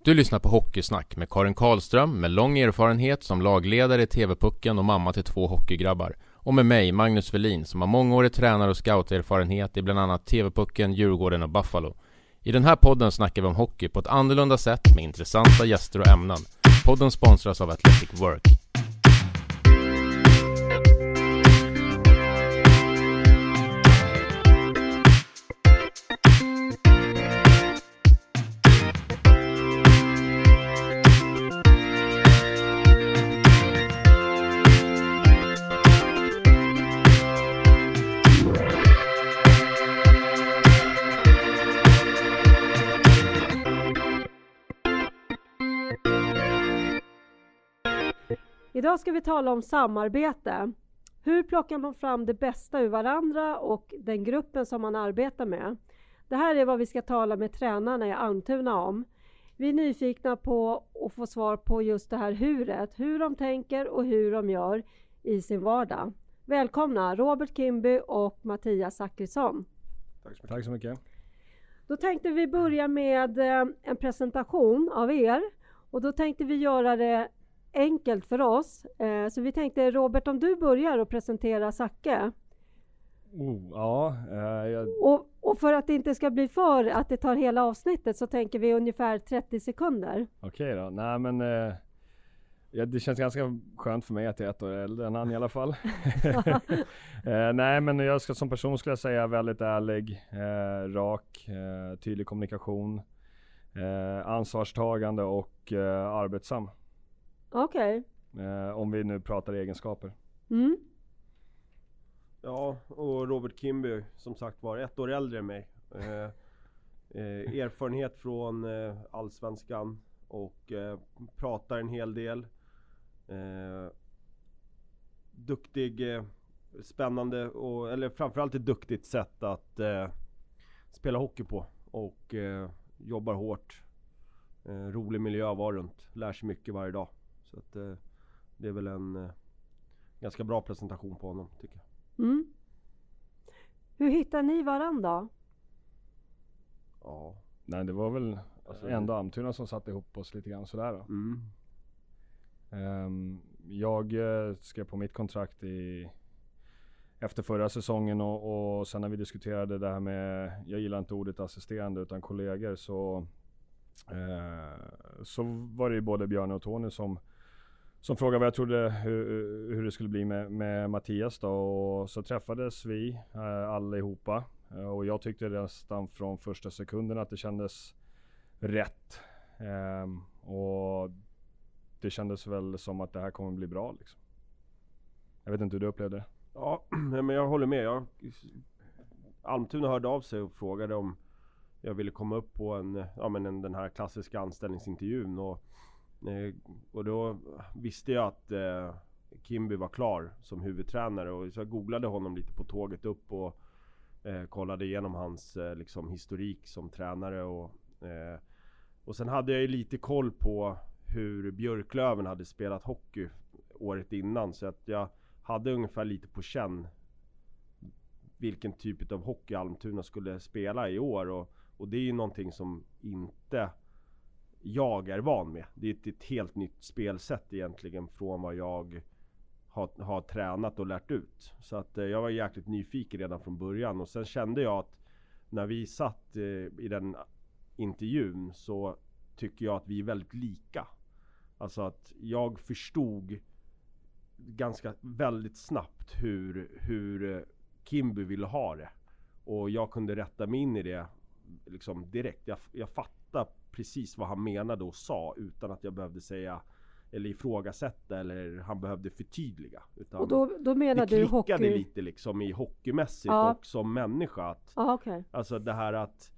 Du lyssnar på Hockeysnack med Karin Karlström med lång erfarenhet som lagledare i TV-pucken och mamma till 2 hockeygrabbar. Och med mig, Magnus Velin, som har mångårig tränare och scouterfarenhet i bland annat TV-pucken, Djurgården och Buffalo. I den här podden snackar vi om hockey på ett annorlunda sätt med intressanta gäster och ämnen. Podden sponsras av Athletic Work. Idag ska vi tala om samarbete. Hur plockar man fram det bästa ur varandra och den gruppen som man arbetar med? Det här är vad vi ska tala med tränarna i Almtuna om. Vi är nyfikna på att få svar på just det här hur de tänker och hur de gör i sin vardag. Välkomna Robert Kimby och Mattias Zachrisson. Tack så mycket. Då tänkte vi börja med en presentation av er. Och då tänkte vi göra det enkelt för oss. Så vi tänkte, Robert, om du börjar och presentera Zacke. Och för att det inte ska bli för att det tar hela avsnittet så tänker vi ungefär 30 sekunder. Okej då. Nej, men det känns ganska skönt för mig att jag är 1 år äldre än han i alla fall. Nej, men jag ska som person skulle jag säga väldigt ärlig, rak, tydlig kommunikation, ansvarstagande och arbetsam. Okej. Om vi nu pratar egenskaper. Mm. Ja, och Robert Kimby som sagt var 1 år äldre än mig. Erfarenhet från Allsvenskan och pratar en hel del. Duktig, spännande eller framförallt ett duktigt sätt att spela hockey på och jobbar hårt. Rolig miljö att vara runt. Lär sig mycket varje dag. Så att det är väl en ganska bra presentation på honom, tycker jag. Mm. Hur hittar ni varandra? Ja. Nej, det var väl ändå Almtuna som satte ihop oss lite grann sådär då. Jag skrev på mitt kontrakt efter förra säsongen och sen när vi diskuterade det här med, jag gillar inte ordet assisterande utan kollegor, så var det ju både Björn och Tony som frågade vad jag trodde hur det skulle bli med Mattias då, och så träffades vi allihopa och jag tyckte nästan från första sekunden att det kändes rätt och det kändes väl som att det här kommer bli bra liksom. Jag vet inte hur du upplevde det. Ja, men jag håller med. Almtuna hörde av sig och frågade om jag ville komma upp på den här klassiska anställningsintervjun och då visste jag att Kimby var klar som huvudtränare, och så jag googlade honom lite på tåget upp och kollade igenom hans historik som tränare och sen hade jag ju lite koll på hur Björklöven hade spelat hockey året innan, så att jag hade ungefär lite på känn vilken typ av hockey Almtuna skulle spela i år, och det är ju någonting som inte jag är van med. Det är ett helt nytt spelsätt egentligen från vad jag har tränat och lärt ut. Så att jag var jäkligt nyfiken redan från början, och sen kände jag att när vi satt i den intervjun så tycker jag att vi är väldigt lika. Alltså att jag förstod väldigt snabbt hur Kimby ville ha det, och jag kunde rätta mig in i det liksom direkt. Jag fattade precis vad han menade och sa utan att jag behövde säga eller ifrågasätta eller han behövde förtydliga, utan och då menar du hockey? Det klickade lite liksom i hockeymässigt och som människa att, okay. Alltså det här att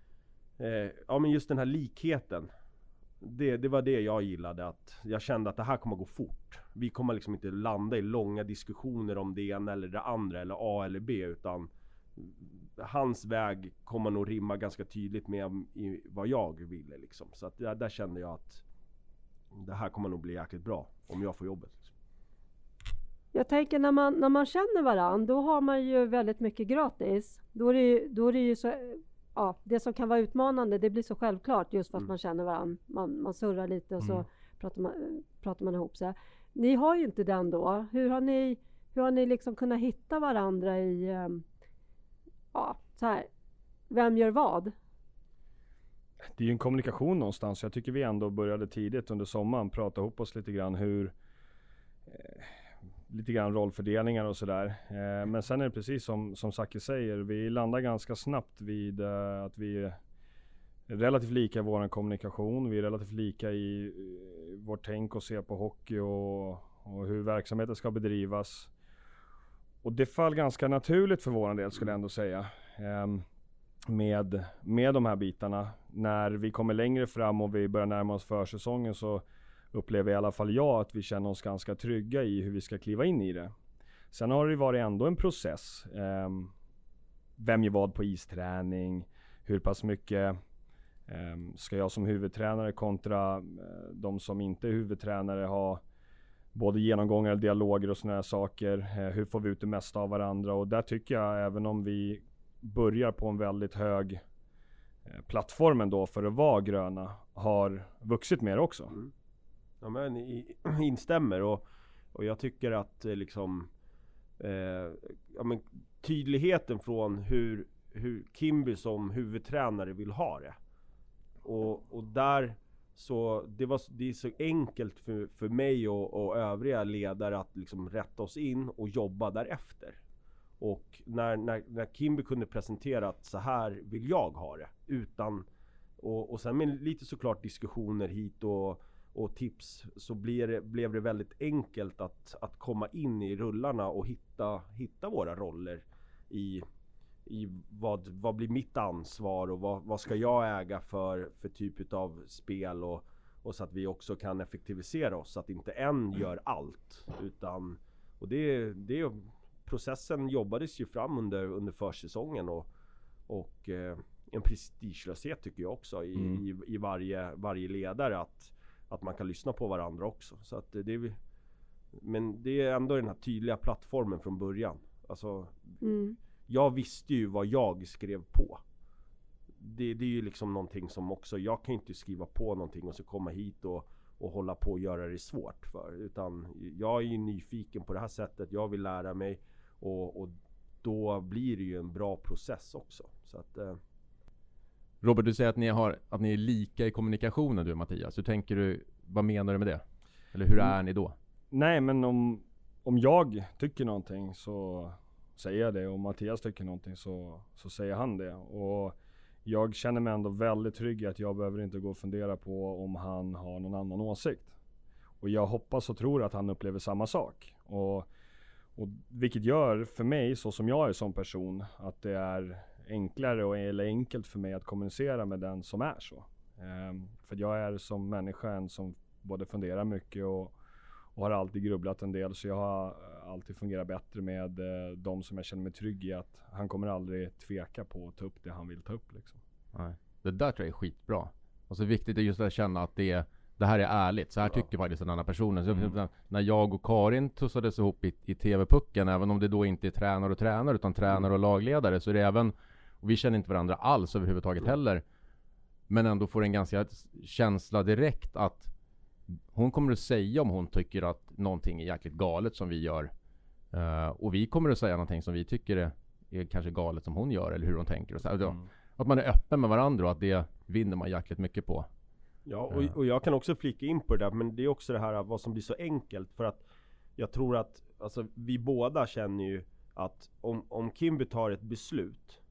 men just den här likheten, det var det jag gillade, att jag kände att det här kommer gå fort. Vi kommer liksom inte landa i långa diskussioner om det ena eller det andra eller A eller B, utan hans väg kommer nog rimma ganska tydligt med vad jag ville liksom. Så att där kände jag att det här kommer nog bli jäkligt bra om jag får jobbet liksom. Jag tänker när man känner varandra, då har man ju väldigt mycket gratis. Då är det ju så det som kan vara utmanande, det blir så självklart just för att man känner varandra. Man surrar lite och så pratar man ihop sig. Ni har ju inte den då. Hur har ni liksom kunnat hitta varandra i så här, vem gör vad? Det är ju en kommunikation någonstans. Jag tycker vi ändå började tidigt under sommaren prata ihop oss lite grann lite grann rollfördelningar och sådär. Men sen är det precis som Zacke säger, vi landar ganska snabbt vid att vi är relativt lika i vår kommunikation. Vi är relativt lika i vårt tänk och se på hockey och hur verksamheten ska bedrivas. Och det föll ganska naturligt för vår del, skulle jag ändå säga. Med de här bitarna. När vi kommer längre fram och vi börjar närma oss försäsongen, så upplever i alla fall jag att vi känner oss ganska trygga i hur vi ska kliva in i det. Sen har det varit ändå en process. Vem gör vad på isträning? Hur pass mycket ska jag som huvudtränare kontra de som inte är huvudtränare ha både genomgångar, dialoger och såna här saker. Hur får vi ut det mesta av varandra? Och där tycker jag, även om vi börjar på en väldigt hög plattform ändå för att vara gröna, har vuxit mer också. Mm. Ja, men instämmer och jag tycker att liksom tydligheten från hur Kimby som huvudtränare vill ha det. Och där så det är så enkelt för mig och övriga ledare att liksom rätta oss in och jobba därefter. Och när Kimby kunde presentera att så här vill jag ha det, utan och sen med lite såklart diskussioner hit och tips, så blev det väldigt enkelt att komma in i rullarna och hitta våra roller i vad blir mitt ansvar och vad ska jag äga för typ av spel och så att vi också kan effektivisera oss, så att inte en gör allt, utan och det processen jobbades ju fram under försäsongen och en prestigelöshet tycker jag också i varje ledare att man kan lyssna på varandra också, så att men det är ändå den här tydliga plattformen från början. Alltså jag visste ju vad jag skrev på. Det är ju liksom någonting som också, jag kan inte skriva på någonting och så komma hit och hålla på och göra det svårt för, utan jag är ju nyfiken på det här sättet, jag vill lära mig och då blir det ju en bra process också. Så att Robert, du säger att ni är lika i kommunikationen, du och Mattias. Hur tänker du, vad menar du med det? Eller hur är ni då? Nej, men om jag tycker någonting så säger jag det, och Mattias tycker någonting så säger han det. Och jag känner mig ändå väldigt trygg i att jag behöver inte gå och fundera på om han har någon annan åsikt. Och jag hoppas och tror att han upplever samma sak. Och vilket gör för mig, så som jag är som person, att det är enklare eller enkelt för mig att kommunicera med den som är så. För jag är som människa en som både funderar mycket och har alltid grubblat en del, så jag har alltid fungerat bättre med de som jag känner mig trygg i, att han kommer aldrig tveka på att ta upp det han vill ta upp liksom. Nej. Det där tror jag är skitbra. Och så viktigt är just att känna att det här är ärligt. Så här tycker faktiskt den andra personen. Så när jag och Karin tussades ihop i TV-pucken, även om det då inte är tränare utan tränare och lagledare, så är det även, och vi känner inte varandra alls överhuvudtaget heller, men ändå får en ganska känsla direkt att hon kommer att säga om hon tycker att någonting är jäkligt galet som vi gör. Och vi kommer att säga någonting som vi tycker är kanske galet som hon gör, eller hur hon tänker. Och så. Att man är öppen med varandra och att det vinner man jäkligt mycket på. Ja, och jag kan också flika in på det där, men det är också det här vad som blir så enkelt, för att jag tror att alltså, vi båda känner ju att om Kimby tar ett beslut,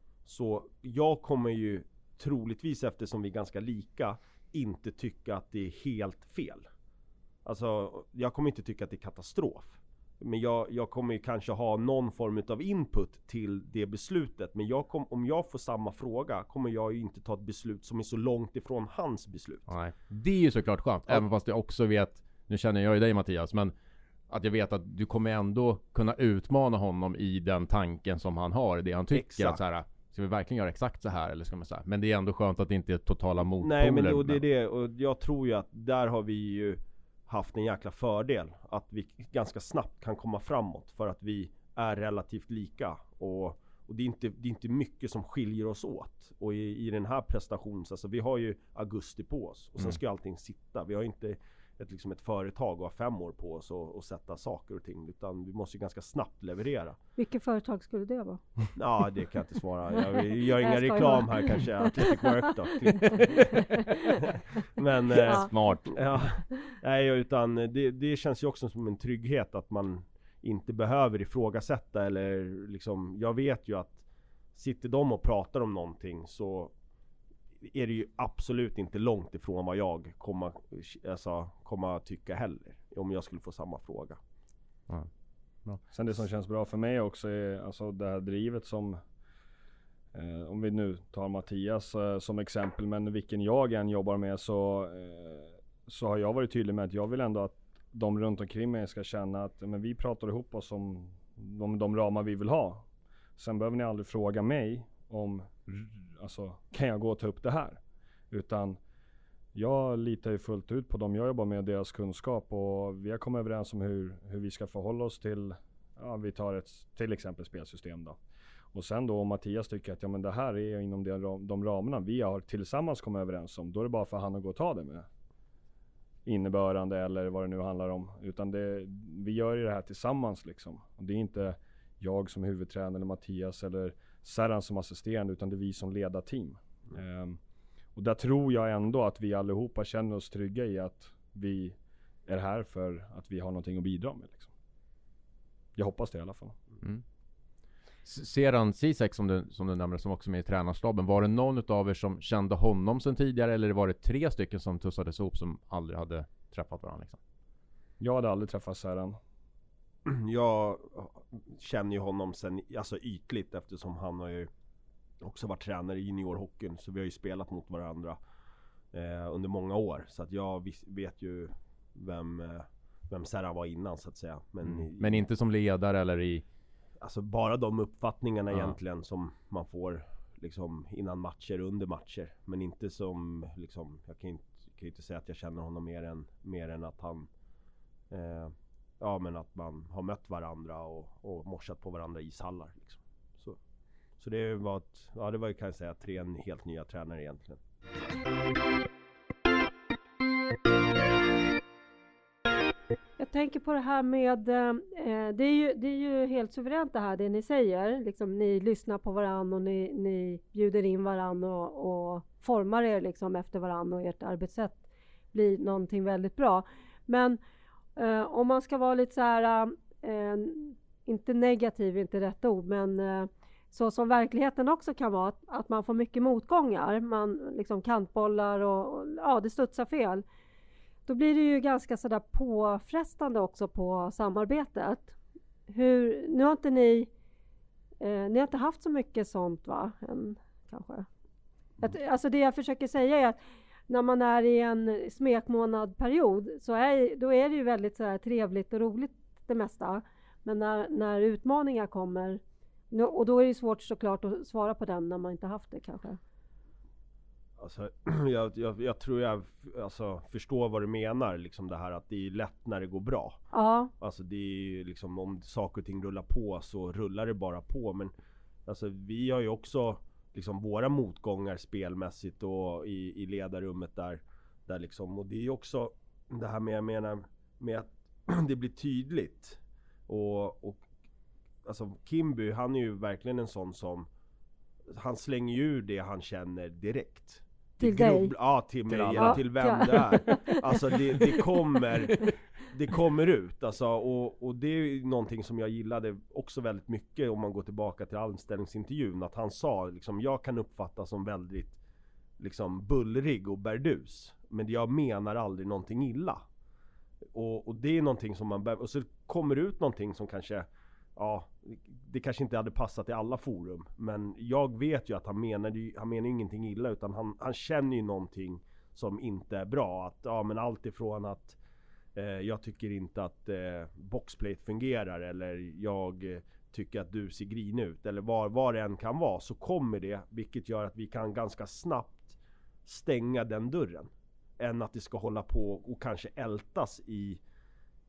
så jag kommer ju troligtvis, eftersom vi är ganska lika, inte tycka att det är helt fel. Alltså jag kommer inte tycka att det är katastrof, men jag kommer ju kanske ha någon form av input till det beslutet, men om jag får samma fråga kommer jag ju inte ta ett beslut som är så långt ifrån hans beslut. Nej, det är ju såklart skönt, även fast jag också vet, nu känner jag ju dig Mattias, men att jag vet att du kommer ändå kunna utmana honom i den tanken som han har, det han tycker. Exakt. Att så här, ska vi verkligen göra exakt så här, eller ska man säga? Men det är ändå skönt att det inte är totala motpoler. Nej, men det är det, och jag tror ju att där har vi ju haft en jäkla fördel, att vi ganska snabbt kan komma framåt för att vi är relativt lika, Och det är inte mycket som skiljer oss åt. Och i den här prestationen, alltså vi har ju augusti på oss. Och sen ska allting sitta. Vi har inte ett företag och har 5 år på oss och sätta saker och ting. Utan vi måste ju ganska snabbt leverera. Vilket företag skulle det vara? Ja, det kan jag inte svara. Jag gör inga reklam här kanske. Athletic Work då. Men, Smart. Ja, nej, utan det känns ju också som en trygghet att man inte behöver ifrågasätta eller liksom, jag vet ju att sitter de och pratar om någonting så är det ju absolut inte långt ifrån vad jag kommer tycka heller om jag skulle få samma fråga. Ja. Bra. Sen det som känns bra för mig också är alltså det här drivet som om vi nu tar Mattias som exempel, men vilken jag än jobbar med så har jag varit tydlig med att jag vill ändå att de runt omkring mig ska känna att men vi pratar ihop oss om de ramar vi vill ha. Sen behöver ni aldrig fråga mig om alltså, kan jag gå och ta upp det här? Utan jag litar ju fullt ut på dem jag jobbar med och deras kunskap, och vi har kommit överens om hur vi ska förhålla oss till, ja, vi tar till exempel spelsystem då. Och sen då om Mattias tycker att ja, men det här är inom de ramarna vi har tillsammans kommit överens om, då är det bara för han att gå och ta det med innebörande eller vad det nu handlar om. Utan vi gör ju det här tillsammans liksom. Och det är inte jag som huvudtränare eller Mattias eller Serran som assisterande, utan det är vi som leder team. Och där tror jag ändå att vi allihopa känner oss trygga i att vi är här för att vi har någonting att bidra med liksom. Jag hoppas det i alla fall. Sedan Cisek som du nämnde, som också är med i tränarstaben, var det någon av er som kände honom sedan tidigare, eller var det 3 stycken som tussades ihop som aldrig hade träffat varandra liksom? Jag hade aldrig träffat Serran. Jag känner ju honom sen, alltså ytligt, eftersom han har ju också varit tränare i juniorhockeyn, så vi har ju spelat mot varandra under många år, så att jag vet ju vem Serran var innan så att säga. Men inte som ledare eller i... Alltså bara de uppfattningarna egentligen som man får liksom innan matcher, under matcher, men inte som liksom, jag kan inte säga att jag känner honom mer än att han ja, men att man har mött varandra och morsat på varandra i ishallar liksom. Så det var ju, kan jag säga, 3 helt nya tränare egentligen. Jag tänker på det här med, det är ju helt suveränt det här det ni säger. Liksom, ni lyssnar på varandra och ni bjuder in varandra och formar er liksom efter varandra, och ert arbetssätt blir någonting väldigt bra. Men om man ska vara lite så här, inte negativ, inte rätt ord, men så som verkligheten också kan vara, att man får mycket motgångar. Man liksom kantbollar och ja, det studsar fel. Då blir det ju ganska sådär påfrestande också på samarbetet. Nu har inte ni har inte haft så mycket sånt va? Kanske. Alltså det jag försöker säga är att när man är i en smekmånadperiod då är det ju väldigt så här trevligt och roligt det mesta. Men när utmaningar kommer, och då är det svårt såklart att svara på den när man inte haft det kanske. Alltså, jag tror jag förstår vad du menar, liksom det här att det är lätt när det går bra. Ja. Alltså det är liksom, om saker och ting rullar på så rullar det bara på, men alltså vi har ju också liksom våra motgångar spelmässigt och i ledarrummet där liksom, och det är ju också det här med, jag menar, med att det blir tydligt och alltså Kimby, han är ju verkligen en sån som han slänger ju det han känner direkt. Till dig? Ja, till mig eller till vem det är. Alltså det kommer ut. Alltså, och det är ju någonting som jag gillade också väldigt mycket om man går tillbaka till anställningsintervjun. Att han sa liksom, jag kan uppfattas som väldigt liksom bullrig och bärdus. Men jag menar aldrig någonting illa. Och det är någonting som man och så kommer ut någonting som kanske, ja, det kanske inte hade passat i alla forum, men jag vet ju att han menar ingenting illa, utan han känner ju någonting som inte är bra. Att ja, men allt ifrån att jag tycker inte att boxplate fungerar, eller jag tycker att du ser grin ut, eller vad det än kan vara, så kommer det, vilket gör att vi kan ganska snabbt stänga den dörren, än att det ska hålla på och kanske ältas i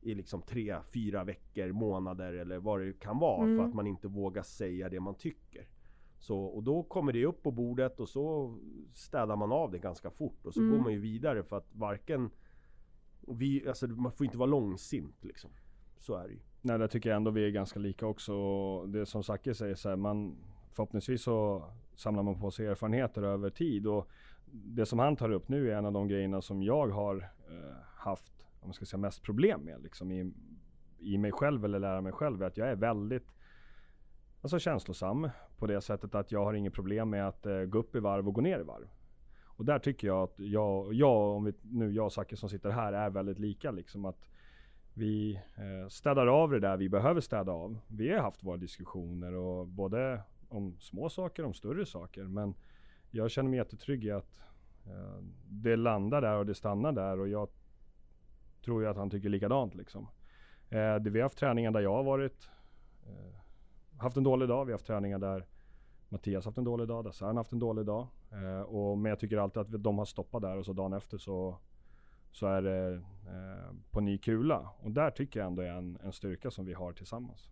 i liksom 3-4 veckor, månader eller vad det kan vara för att man inte vågar säga det man tycker. Så, och då kommer det upp på bordet och så städar man av det ganska fort och så går man ju vidare för att varken alltså man får inte vara långsint liksom. Så är det ju. Nej, det tycker jag ändå vi är ganska lika också. Det som Zacke säger så här, förhoppningsvis så samlar man på sig erfarenheter över tid, och det som han tar upp nu är en av de grejerna som jag har haft, om man ska säga, mest problem med liksom i mig själv eller lära mig själv, är att jag är väldigt känslosam på det sättet att jag har inget problem med att gå upp i varv och gå ner i varv. Och där tycker jag att jag och Zacke som sitter här är väldigt lika liksom, att vi städar av det där vi behöver städa av. Vi har haft våra diskussioner, och både om små saker, om större saker, men jag känner mig jättetrygg i att det landar där och det stannar där, och jag tror ju att han tycker likadant liksom. Vi har haft träningar där jag har haft en dålig dag, vi har haft träningar där Mattias haft en dålig dag, där Sören haft en dålig dag, men jag tycker alltid att de har stoppat där, och så dagen efter så är det på ny kula. Och där tycker jag ändå är en styrka som vi har tillsammans.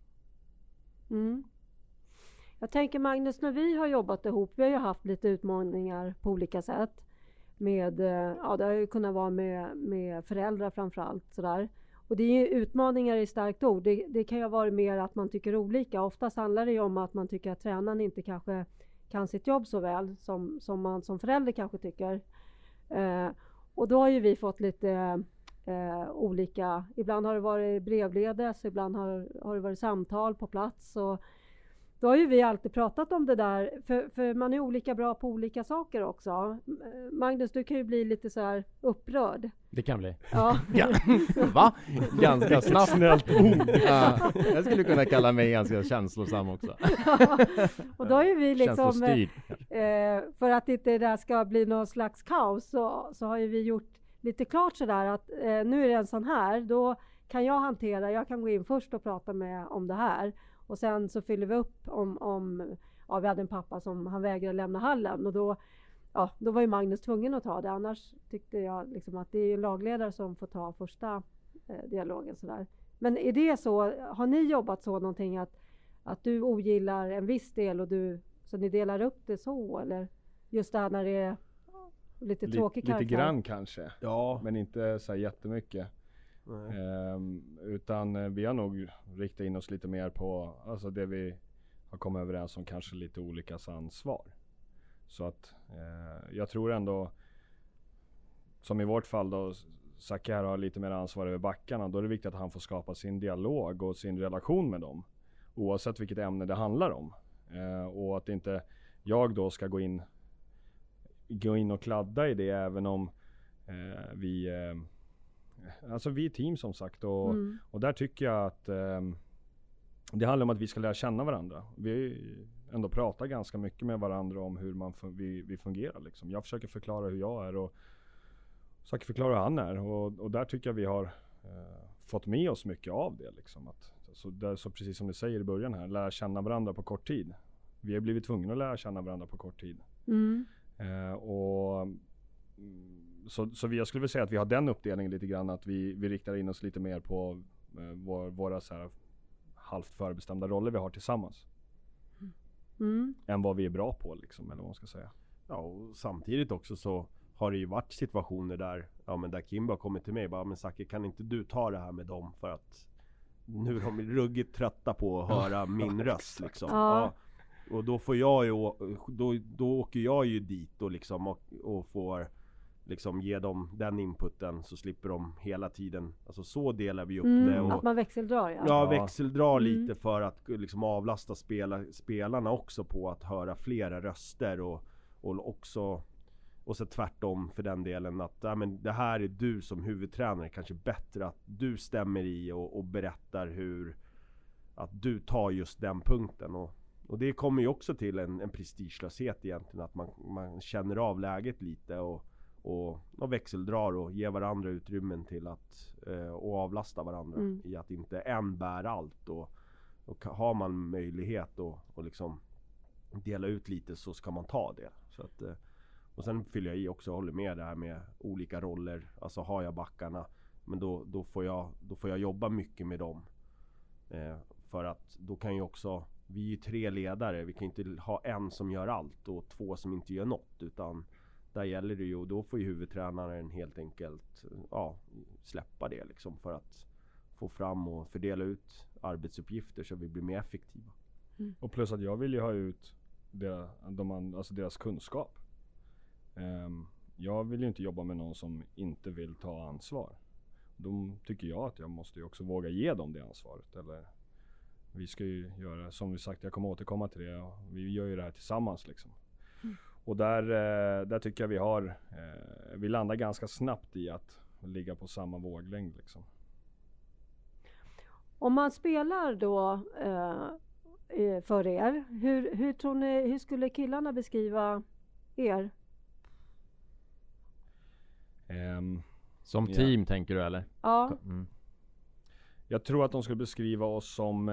Jag tänker, Magnus, när vi har jobbat ihop, vi har ju haft lite utmaningar på olika sätt. Det har ju kunnat vara med föräldrar framförallt. Sådär. Och det är ju utmaningar i starkt ord. Det kan ju vara mer att man tycker olika. Oftast handlar det ju om att man tycker att tränaren inte kanske kan sitt jobb så väl som man som förälder kanske tycker. Och då har ju vi fått lite olika, ibland har det varit brevledes, ibland har det varit samtal på plats, och då har ju vi alltid pratat om det där, för man är olika bra på olika saker också. Magnus, du kan ju bli lite så här upprörd. Det kan bli. Ja. Va? Ganska snabbt ord. Jag skulle kunna kalla mig ganska känslosam också. Och då har ju vi liksom, känslostyrd. För att inte det där ska bli någon slags kaos, så har ju vi gjort lite klart sådär att nu är det en sån här, då kan jag kan gå in först och prata om det här. Och sen så fyller vi upp om vi hade en pappa som han vägrade lämna hallen, och då var ju Magnus tvungen att ta det. Annars tyckte jag liksom att det är en lagledare som får ta första dialogen sådär. Men är det så, har ni jobbat så någonting att du ogillar en viss del så ni delar upp det så, eller just där när det är lite tråkig karaktär? Lite grann kanske, ja, men inte så jättemycket. Utan vi har nog riktat in oss lite mer på det vi har kommit överens om, kanske lite olika ansvar. Så att jag tror ändå, som i vårt fall då, Zacke här har lite mer ansvar över backarna, då är det viktigt att han får skapa sin dialog och sin relation med dem, oavsett vilket ämne det handlar om, och att inte jag då ska gå in och kladda i det, även om vi är team som sagt, och där tycker jag att det handlar om att vi ska lära känna varandra. Vi ändå pratar ganska mycket med varandra om hur vi fungerar liksom. Jag försöker förklara hur jag är, och försöker förklara hur han är, och där tycker jag vi har fått med oss mycket av det liksom, så precis som du säger i början här, lära känna varandra på kort tid. Vi har blivit tvungna att lära känna varandra på kort tid. Så jag skulle vilja säga att vi har den uppdelningen lite grann, att vi riktar in oss lite mer på våra så här halvt förbestämda roller vi har tillsammans. Än vad vi är bra på liksom, eller vad man ska säga. Ja, och samtidigt också så har det ju varit situationer där Kimba har kommit till mig och bara, men Zacke, kan inte du ta det här med dem, för att nu är de ruggigt trötta på att höra min röst liksom. Ja. Och då får jag ju då åker jag ju dit och liksom och får liksom ge dem den inputen, så slipper de hela tiden, alltså så delar vi upp det. Och, att man växeldrar växeldrar lite för att liksom avlasta spelarna också på att höra flera röster, och också, och så tvärtom för den delen, att men det här är du som huvudtränare kanske bättre att du stämmer i och berättar hur att du tar just den punkten, och det kommer ju också till en prestigelöshet egentligen, att man känner av läget lite och växeldrar och ger varandra utrymmen till att och avlasta varandra i att inte en bär allt, och har man möjlighet och liksom dela ut lite, så ska man ta det. Så att, och sen fyller jag i också, håller med det här med olika roller, alltså har jag backarna, Men då får jag jobba mycket med dem. För att då kan ju också, vi är ju 3 ledare, vi kan inte ha en som gör allt och 2 som inte gör något, utan där gäller det ju, och då får ju huvudtränaren helt enkelt släppa det liksom, för att få fram och fördela ut arbetsuppgifter så vi blir mer effektiva. Och plus att jag vill ju ha ut deras kunskap. Jag vill ju inte jobba med någon som inte vill ta ansvar. Då tycker jag att jag måste ju också våga ge dem det ansvaret. Eller vi ska ju göra, som vi sagt, jag kommer återkomma till det. Vi gör ju det här tillsammans liksom. Och där tycker jag vi landar ganska snabbt i att ligga på samma våglängd liksom. Om man spelar då för er, hur tror ni, hur skulle killarna beskriva er? Som team tänker du eller? Ja. Jag tror att de skulle beskriva oss som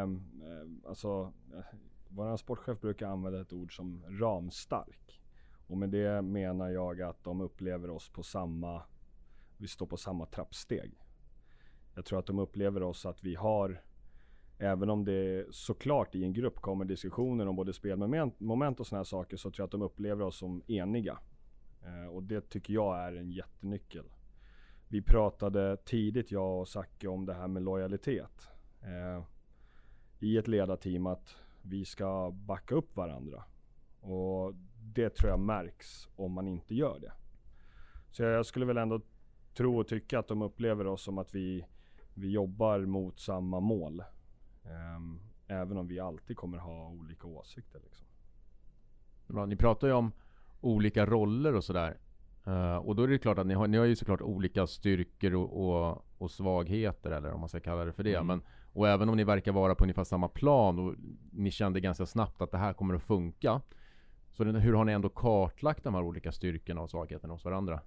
vår sportchef brukar använda ett ord som ramstark. Och med det menar jag att de upplever oss vi står på samma trappsteg. Jag tror att de upplever oss att vi har, även om det såklart i en grupp kommer diskussioner om både spelmoment och såna här saker, så tror jag att de upplever oss som eniga. Och det tycker jag är en jättenyckel. Vi pratade tidigt, jag och Zacke, om det här med lojalitet. I ett ledarteam, att vi ska backa upp varandra. Och det tror jag märks om man inte gör det. Så jag skulle väl ändå tro och tycka att de upplever oss som att vi jobbar mot samma mål. Även om vi alltid kommer ha olika åsikter liksom. Bra, ni pratar ju om olika roller och sådär. Och då är det klart att ni har ju såklart olika styrkor och svagheter, eller om man ska kalla det för det. Och även om ni verkar vara på ungefär samma plan och ni kände ganska snabbt att det här kommer att funka. Så hur har ni ändå kartlagt de här olika styrkorna och svagheterna hos varandra?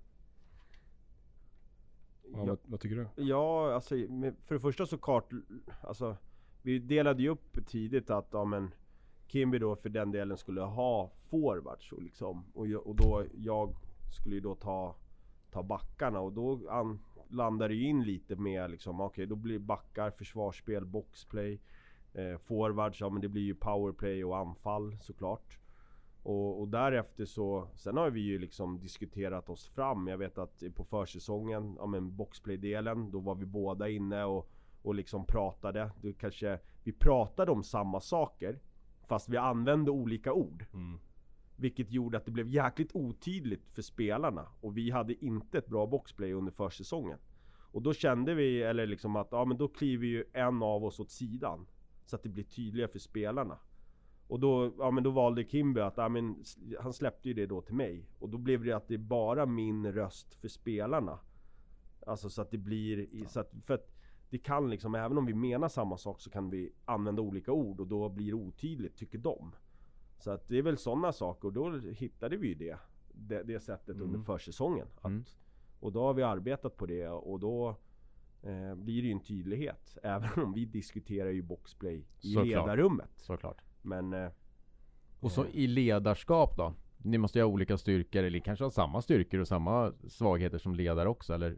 Vad tycker du? Ja, alltså för det första så vi delade ju upp tidigt att Kimby då för den delen skulle ha forwards och liksom, och då jag skulle ju då ta backarna, och då landar det ju in lite med liksom, okej, då blir backar, försvarsspel, boxplay, forwards, men det blir ju powerplay och anfall såklart. Och därefter sen har vi ju liksom diskuterat oss fram. Jag vet att på försäsongen, boxplay-delen, då var vi båda inne och liksom pratade. Vi pratade om samma saker, fast vi använde olika ord. Vilket gjorde att det blev jäkligt otydligt för spelarna. Och vi hade inte ett bra boxplay under försäsongen. Och då kände vi, eller liksom att men då kliver ju en av oss åt sidan, så att det blir tydligare för spelarna. Och då valde Kimby att han släppte ju det då till mig. Och då blev det att det är bara min röst för spelarna. Alltså så att det blir för att det kan liksom, även om vi menar samma sak, så kan vi använda olika ord, och då blir det otydligt, tycker de. Så att det är väl sådana saker, och då hittade vi ju det sättet under försäsongen. Och då har vi arbetat på det, och då blir det ju en tydlighet. Även om vi diskuterar ju boxplay i ledarrummet. Såklart. Men och så i ledarskap då? Ni måste ju ha olika styrkor, eller kanske ha samma styrkor och samma svagheter som ledare också, eller?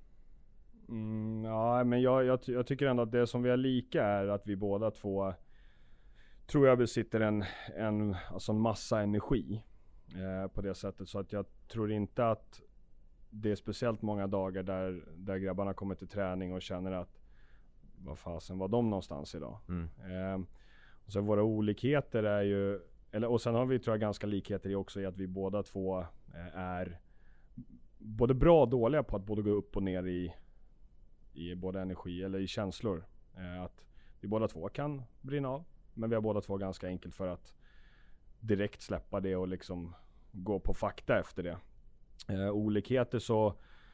Ja, men jag tycker ändå att det som vi har lika är att vi båda två, tror jag, besitter en massa energi på det sättet. Så att jag tror inte att det är speciellt många dagar där grabbarna kommer till träning och känner att vad fasen var de någonstans idag. Och så våra olikheter är ju, och sen har vi, tror jag, ganska likheter också i att vi båda två är både bra och dåliga på att både gå upp och ner i både energi eller i känslor. Att vi båda två kan brinna av, men vi har båda två ganska enkelt för att direkt släppa det och liksom gå på fakta efter det. Olikheter så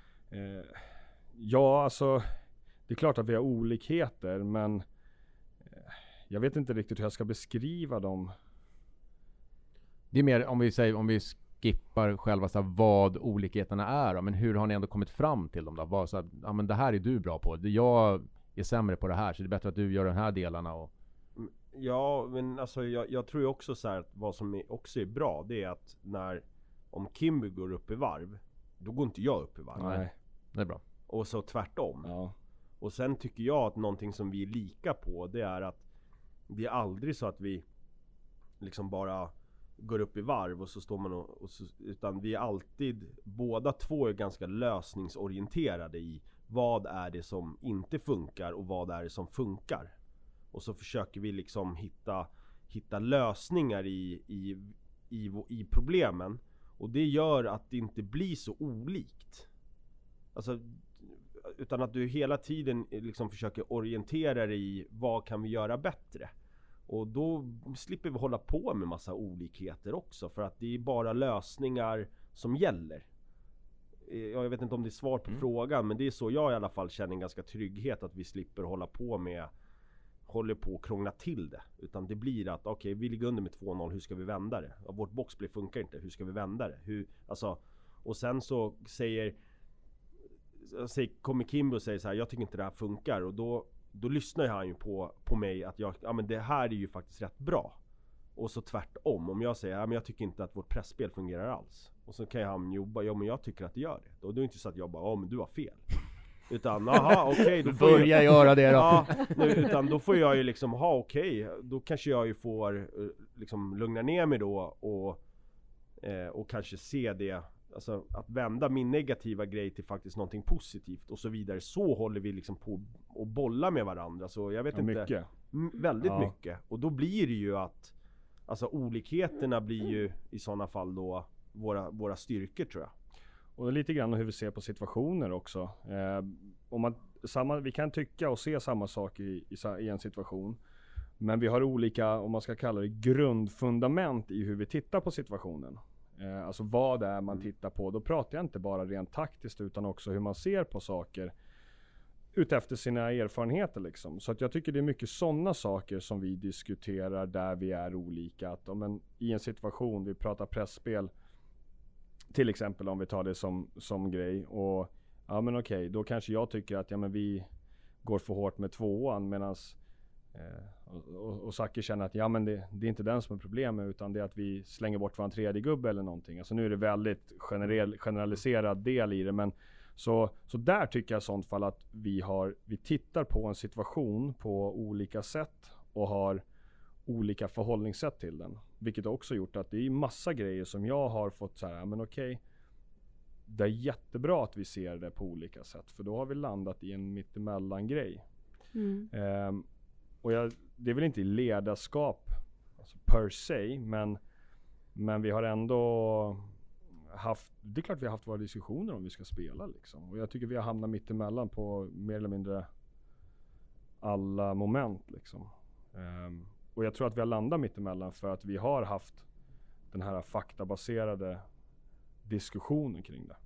ja, alltså det är klart att vi har olikheter, men jag vet inte riktigt hur jag ska beskriva dem. Det är mer om vi skippar själva så här, vad olikheterna är då, men hur har ni ändå kommit fram till dem då? Bara så här, men det här är du bra på. Jag är sämre på det här, så det är bättre att du gör de här delarna. Och ja, men alltså jag tror ju också så här att vad som också är bra, det är att om Kimby går upp i varv, då går inte jag upp i varv. Nej, det är bra. Och så tvärtom. Ja. Och sen tycker jag att någonting som vi är lika på, det är att det är aldrig så att vi liksom bara går upp i varv och så står man utan vi är alltid, båda två är ganska lösningsorienterade i vad är det som inte funkar och vad är det som och så försöker vi liksom hitta lösningar i problemen, och det gör att det inte blir så olikt, alltså, utan att du hela tiden liksom försöker orientera dig i vad kan vi göra bättre. Och då slipper vi hålla på med massa olikheter också, för att det är bara lösningar som gäller. Jag vet inte om det är svar på frågan, men det är så jag i alla fall känner en ganska trygghet, att vi slipper håller på att krångla till det. Utan det blir att okej, vi ligger under med 2-0, hur ska vi vända det? Vårt boxplay funkar inte, hur ska vi vända det? Och sen så kommer Kimbo och säger så här, jag tycker inte det här funkar, och då lyssnar han ju på mig att men det här är ju faktiskt rätt bra. Och så tvärtom, om jag säger men jag tycker inte att vårt pressspel fungerar alls, och så kan han jobba, men jag tycker att det gör det. Och det är inte så att jag bara, men du har fel. Utan okej, då får börja göra det då. Ja, utan då får jag ju liksom okej, då kanske jag ju får liksom lugna ner mig då och kanske se det, alltså att vända min negativa grej till faktiskt någonting positivt och så vidare. Så håller vi liksom på och bolla med varandra. Så jag vet inte. Mycket. Väldigt mycket. Och då blir det ju att alltså olikheterna blir ju i sådana fall då våra styrkor, tror jag. Och lite grann hur vi ser på situationer också. Vi kan tycka och se samma sak i en situation. Men vi har olika, om man ska kalla det, grundfundament i hur vi tittar på situationen. Alltså vad det är man tittar på. Då pratar jag inte bara rent taktiskt, utan också hur man ser på saker utefter sina erfarenheter liksom. Så att jag tycker det är mycket sådana saker som vi diskuterar där vi är olika. Att i en situation, vi pratar pressspel till exempel, om vi tar det som grej, och okej, då kanske jag tycker att vi går för hårt med 2:an, medans och Zacke känner att det är inte den som är problemet, utan det är att vi slänger bort vår tredje gubbe eller någonting. Alltså nu är det väldigt generaliserad del i det, men så där tycker jag i sånt fall att vi tittar på en situation på olika sätt och har olika förhållningssätt till den. Vilket också gjort att det är massa grejer som jag har fått så här, okej, det är jättebra att vi ser det på olika sätt, för då har vi landat i en mittemellan grej. Och det är väl inte ledarskap alltså per se, men vi har ändå det är klart vi har haft våra diskussioner om vi ska spela liksom. Och jag tycker vi har hamnat mittemellan på mer eller mindre alla moment liksom. Och jag tror att vi har landat mittemellan för att vi har haft den här faktabaserade diskussionen kring det.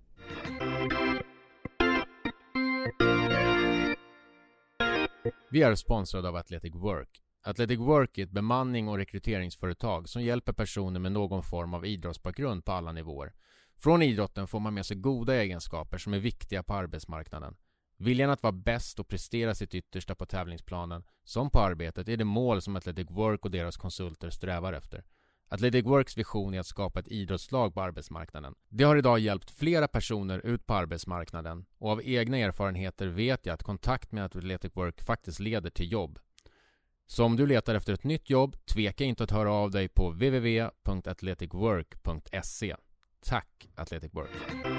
Vi är sponsrade av Athletic Work. Athletic Work är ett bemanning- och rekryteringsföretag som hjälper personer med någon form av idrottsbakgrund på alla nivåer. Från idrotten får man med sig goda egenskaper som är viktiga på arbetsmarknaden. Viljan att vara bäst och prestera sitt yttersta på tävlingsplanen som på arbetet är det mål som Athletic Work och deras konsulter strävar efter. Athletic Works vision är att skapa ett idrottslag på arbetsmarknaden. Det har idag hjälpt flera personer ut på arbetsmarknaden, och av egna erfarenheter vet jag att kontakt med Athletic Work faktiskt leder till jobb. Så om du letar efter ett nytt jobb, tveka inte att höra av dig på www.athleticwork.se. Tack Athletic Work!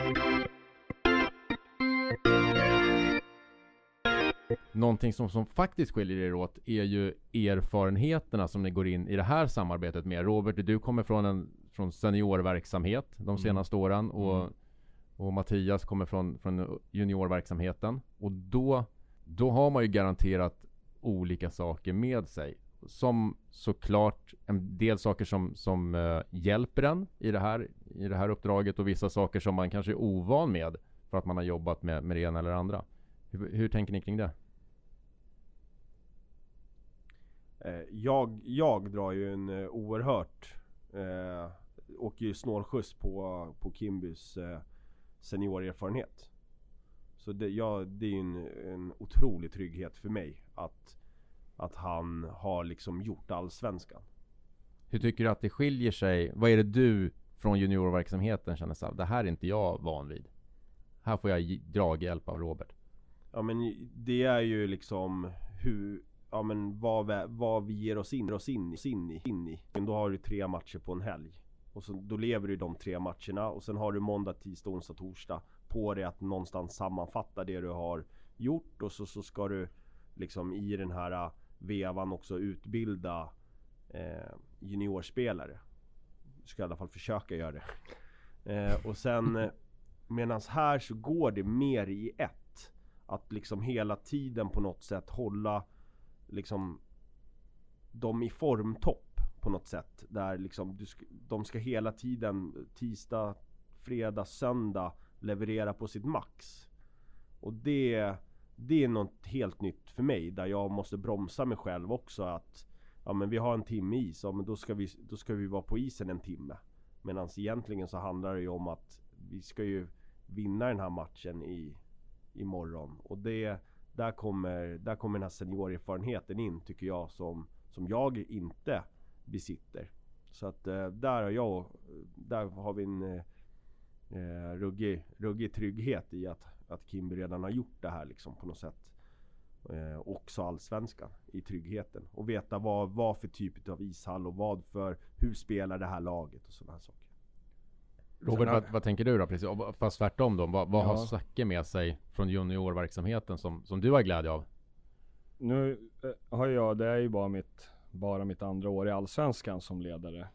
Någonting som faktiskt skiljer er åt är ju erfarenheterna som ni går in i det här samarbetet med. Robert, du kommer från seniorverksamhet de senaste åren, och Mattias kommer från juniorverksamheten. Och då har man ju garanterat olika saker med sig. Som såklart en del saker som hjälper en i det här uppdraget, och vissa saker som man kanske är ovan med för att man har jobbat med det ena eller andra. Hur tänker ni kring det? Jag drar ju en oerhört åker ju snålskjuts på Kimbys seniorerfarenhet. Så det är ju en otrolig trygghet för mig att han har liksom gjort allsvenskan. Hur tycker du att det skiljer sig? Vad är det du från juniorverksamheten känner så här, det här är inte jag van vid? Här får jag draghjälp av Robert. ja men det är ju liksom hur, ja men vad vi ger oss in i. Då har du 3 matcher på en helg. Och så, då lever du de 3 matcherna. Och sen har du måndag, tisdag, onsdag, torsdag på dig att någonstans sammanfatta det du har gjort. Och så ska du liksom i den här vevan också utbilda juniorspelare. Du ska i alla fall försöka göra det. Och sen medans här så går det mer i ett. Att liksom hela tiden på något sätt hålla liksom dem i formtopp på något sätt. Där liksom de ska hela tiden tisdag, fredag, söndag leverera på sitt max. Och det är något helt nytt för mig. Där jag måste bromsa mig själv också. Att ja, men vi har en timme is. Ja, men då ska vi vara på isen en timme. Medan egentligen så handlar det ju om att vi ska ju vinna den här matchen imorgon. Och där kommer den här seniorerfarenheten in, tycker jag, som jag inte besitter. Så att där har vi en ruggig trygghet i att Kimby redan har gjort det här liksom på något sätt. Också allsvenskan i tryggheten. Och veta vad för typ av ishall och hur spelar det här laget och sådana här saker. Robert, vad tänker du då? Precis, fast tvärtom då. Vad har Zacke med sig från juniorverksamheten som du har glädje av? Nu har jag, det är ju bara mitt andra år i allsvenskan som ledare.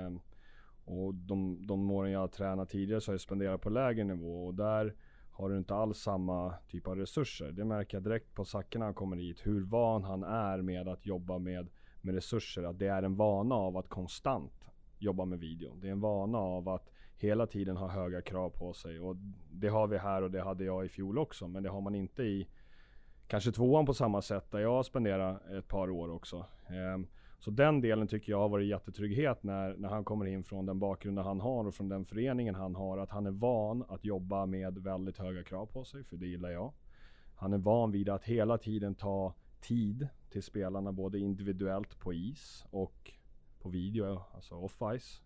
Och de åren jag har tränat tidigare så har jag spenderat på lägre nivå. Och där har du inte alls samma typ av resurser. Det märker jag direkt på Zacke när han kommer hit. Hur van han är med att jobba med resurser. Att det är en vana av att konstant jobba med video. Det är en vana av att hela tiden ha höga krav på sig. Och det har vi här och det hade jag i fjol också. Men det har man inte i kanske 2an på samma sätt där jag spenderat ett par år också. Så den delen tycker jag har varit jättetrygghet när han kommer in från den bakgrunden han har och från den föreningen han har. Att han är van att jobba med väldigt höga krav på sig, för det gillar jag. Han är van vid att hela tiden ta tid till spelarna, både individuellt på is och på video, alltså off-ice.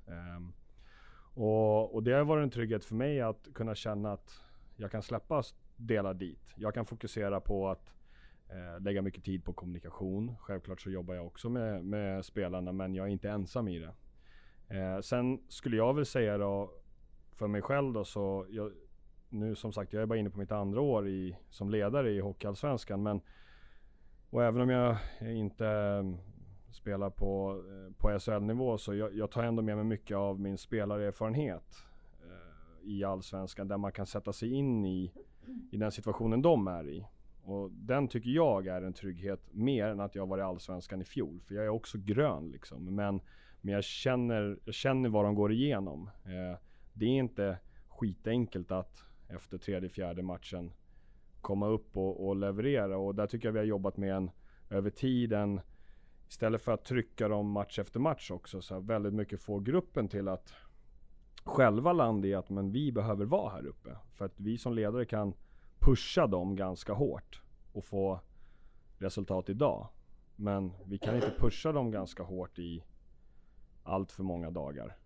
Och det har varit en trygghet för mig att kunna känna att jag kan släppa delar dit. Jag kan fokusera på att lägga mycket tid på kommunikation. Självklart så jobbar jag också med spelarna, men jag är inte ensam i det. Sen skulle jag väl säga då, för mig själv då, så nu som sagt, jag är bara inne på mitt andra år som ledare i Hockeyallsvenskan, och även om jag inte spelar på SHL-nivå, så jag tar ändå med mig mycket av min spelarerfarenhet i allsvenskan, där man kan sätta sig in i den situationen de är i. Och den tycker jag är en trygghet mer än att jag var i allsvenskan i fjol. För jag är också grön liksom. Men jag känner vad de går igenom. Det är inte skitenkelt att efter 3:e, 4:e matchen komma upp och leverera. Och där tycker jag vi har jobbat med över tiden. Istället för att trycka dem match efter match också. Så väldigt mycket få gruppen till att själva landa i att men vi behöver vara här uppe. För att vi som ledare kan pusha dem ganska hårt och få resultat idag. Men vi kan inte pusha dem ganska hårt i allt för många dagar.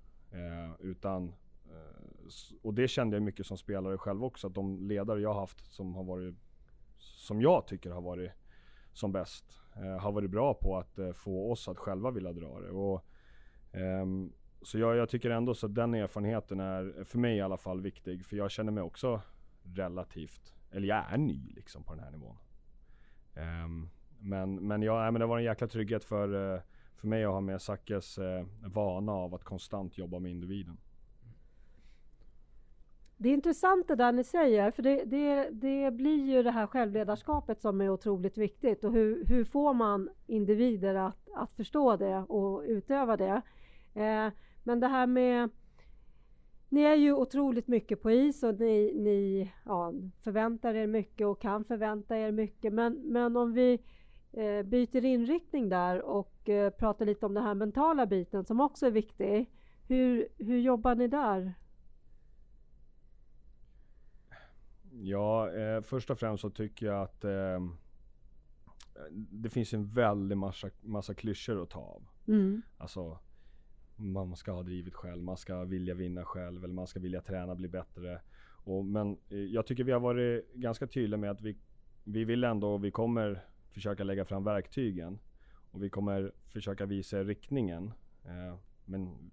Och det kände jag mycket som spelare själv också. Att de ledare jag haft som jag tycker har varit som bäst, har varit bra på att få oss att själva vilja dra det. Så jag tycker ändå så att den erfarenheten är för mig i alla fall viktig. För jag känner mig också eller jag är ny liksom på den här nivån. Men det var en jäkla trygghet för mig att ha med Zackes vana av att konstant jobba med individen. Det är intressant det där ni säger, för det blir ju det här självledarskapet som är otroligt viktigt. Och hur får man individer att förstå det och utöva det? Men det här med, ni är ju otroligt mycket på is och ni förväntar er mycket och kan förvänta er mycket. Men om vi byter inriktning där och pratar lite om den här mentala biten som också är viktig. Hur jobbar ni där? Ja, först och främst så tycker jag att det finns en väldig massa klyschor att ta av. Alltså, man ska ha drivet själv, man ska vilja vinna själv, eller man ska vilja träna, bli bättre. Men jag tycker vi har varit ganska tydliga med att vi vill ändå, vi kommer försöka lägga fram verktygen och vi kommer försöka visa riktningen. Men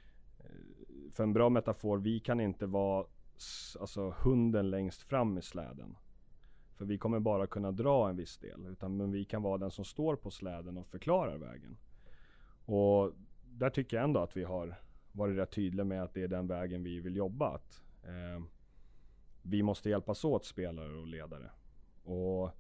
för en bra metafor, vi kan inte vara alltså hunden längst fram i släden. För vi kommer bara kunna dra en viss del, men vi kan vara den som står på släden och förklarar vägen. Och där tycker jag ändå att vi har varit rätt tydliga med att det är den vägen vi vill jobba. Att, vi måste hjälpas åt, spelare och ledare. Och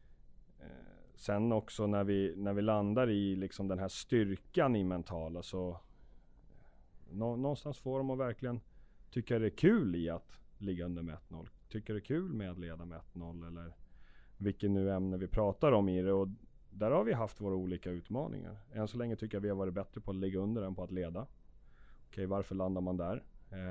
sen också när vi landar i liksom den här styrkan i mentala, så någonstans får de att verkligen tycka det är kul i att ligga under med 1-0. Tycker det är kul med att leda med 1-0 eller vilket nu ämne vi pratar om i det. Och där har vi haft våra olika utmaningar. Än så länge tycker jag vi har varit bättre på att ligga under än på att leda. Okej, varför landar man där?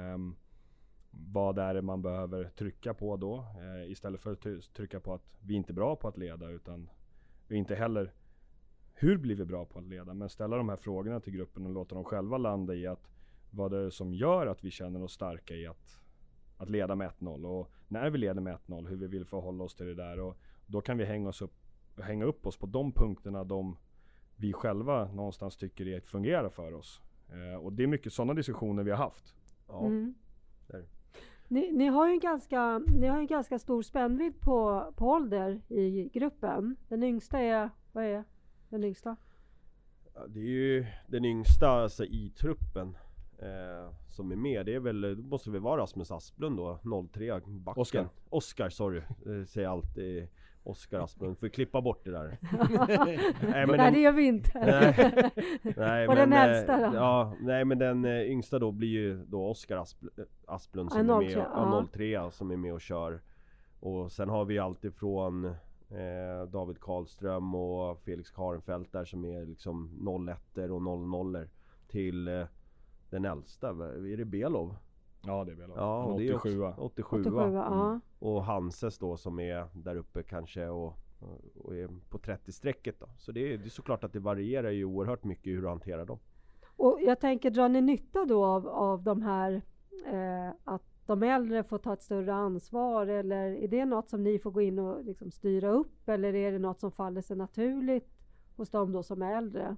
Vad är det man behöver trycka på då? Istället för att trycka på att vi inte är bra på att leda, utan vi inte heller hur blir vi bra på att leda, men ställa de här frågorna till gruppen och låta dem själva landa i att vad det är som gör att vi känner oss starka i att leda med 1-0, och när vi leder med 1-0, hur vi vill förhålla oss till det där. Och då kan vi hänga upp oss på de punkterna vi själva någonstans tycker det fungerar för oss. Och det är mycket sådana diskussioner vi har haft. Ja. Där. Ni har ju en ganska stor spännvidd på ålder i gruppen. Den yngsta vad är den yngsta? Ja, det är ju den yngsta alltså, i truppen som är med. Det är väl, måste väl vara Rasmus Asplund då, 03 backen. Oskar, sorry. Säger alltid Oskar Asplund. Får klippa bort det där. Nej, det gör vi inte. Nej, och den äldsta då? Ja, nej, men den yngsta då blir ju då Oskar Asplund som är med, 03 som är med och kör. Och sen har vi alltid från David Karlström och Felix Karenfeldt där som är liksom 01 och 00 till den äldsta. Är det Belov? Ja, det är Belov. Ja, och 87. Och Hanses då som är där uppe kanske och är på 30-strecket då. Så det är såklart att det varierar ju oerhört mycket hur du hanterar dem. Och jag tänker, drar ni nytta då av de här att de äldre får ta ett större ansvar, eller är det något som ni får gå in och liksom styra upp, eller är det något som faller sig naturligt hos dem då som är äldre?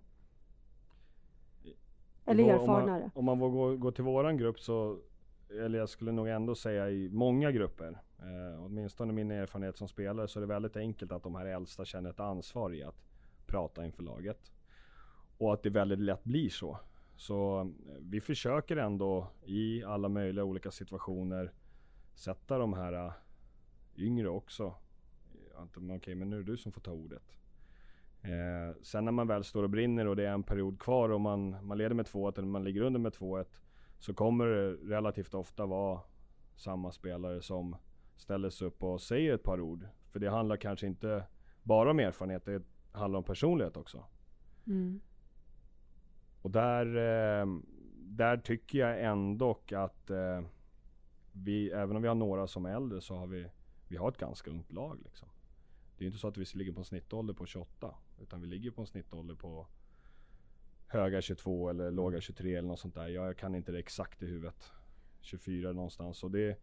Eller erfarnare? Om man går till våran grupp så, eller jag skulle nog ändå säga i många grupper, åtminstone min erfarenhet som spelare, så är det väldigt enkelt att de här äldsta känner ett ansvar i att prata inför laget. Och att det väldigt lätt blir så. Så vi försöker ändå i alla möjliga olika situationer sätta de här yngre också. Okej, men nu är det du som får ta ordet. Sen när man väl står och brinner och det är en period kvar och man leder med 2-1 eller man ligger under med 2-1, så kommer det relativt ofta vara samma spelare som ställer sig upp och säger ett par ord. För det handlar kanske inte bara om erfarenhet, det handlar om personlighet också. Mm. Och där tycker jag ändå att vi, även om vi har några som är äldre, så har vi har ett ganska ungt lag liksom. Det är inte så att vi ligger på en snittålder på 28, utan vi ligger på en snittålder på höga 22 eller låga 23 eller något sånt där. Jag kan inte det exakt i huvudet. 24 någonstans. Och det